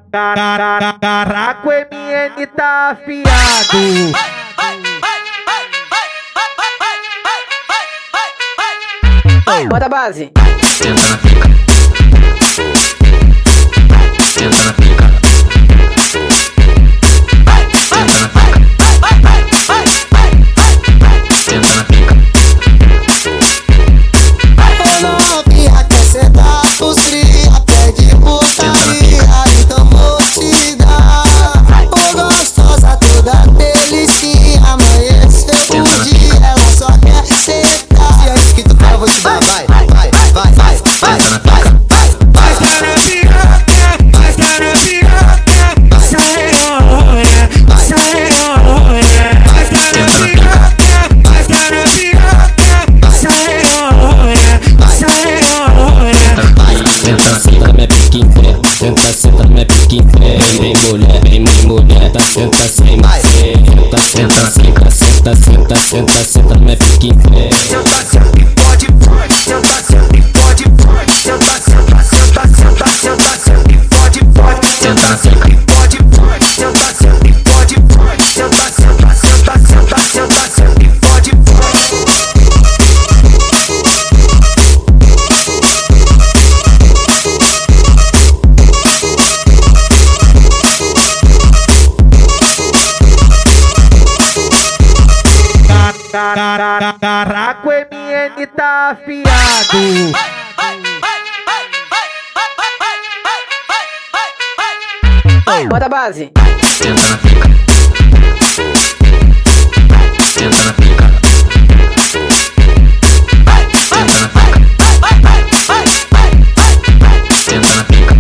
Caraca, o MN tá afiado. Bota a base. Senta na pica. Senta na pica. Senta na pica. Senta na pica. Ô novinha, quer sentar pros cria, pede putaria, então vou te dar. Ô gostosa, toda delicinha, amanheceu o dia, ela só quer sentar. Se é isso que tu quer, eu vou te dar, vai. Senta na pica. Senta na minha pique em pé, senta na minha pique em pé. Vem mulher, tá senta sem maceta. Senta na minha pique em pé. Senta e pode, senta e pode, senta e pode, Senta na pica. e pode, senta e pode, senta e pode. Caraca, o MN tá afiado. Bota a base. Senta na pica. Senta na pica. Senta na pica. Senta na pica.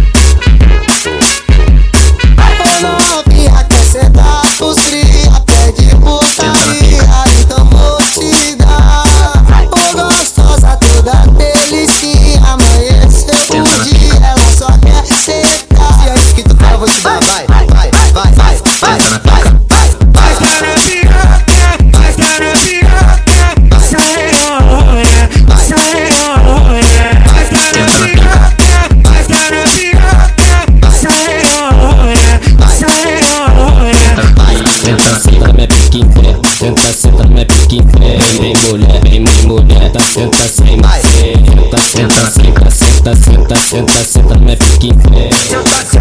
Ô novinha, quer sentar pros cria, pede putaria, então vou te dar. Ô gostosa, toda delicinha, amanheceu o dia, ela só quer sentar. Se é isso que tu quer, eu vou te dar, vai. Senta na pica. Senta na minha pique em pé, senta na minha pique em pé. Vem mulher, tá senta sem maceta. Senta na minha pique em pé.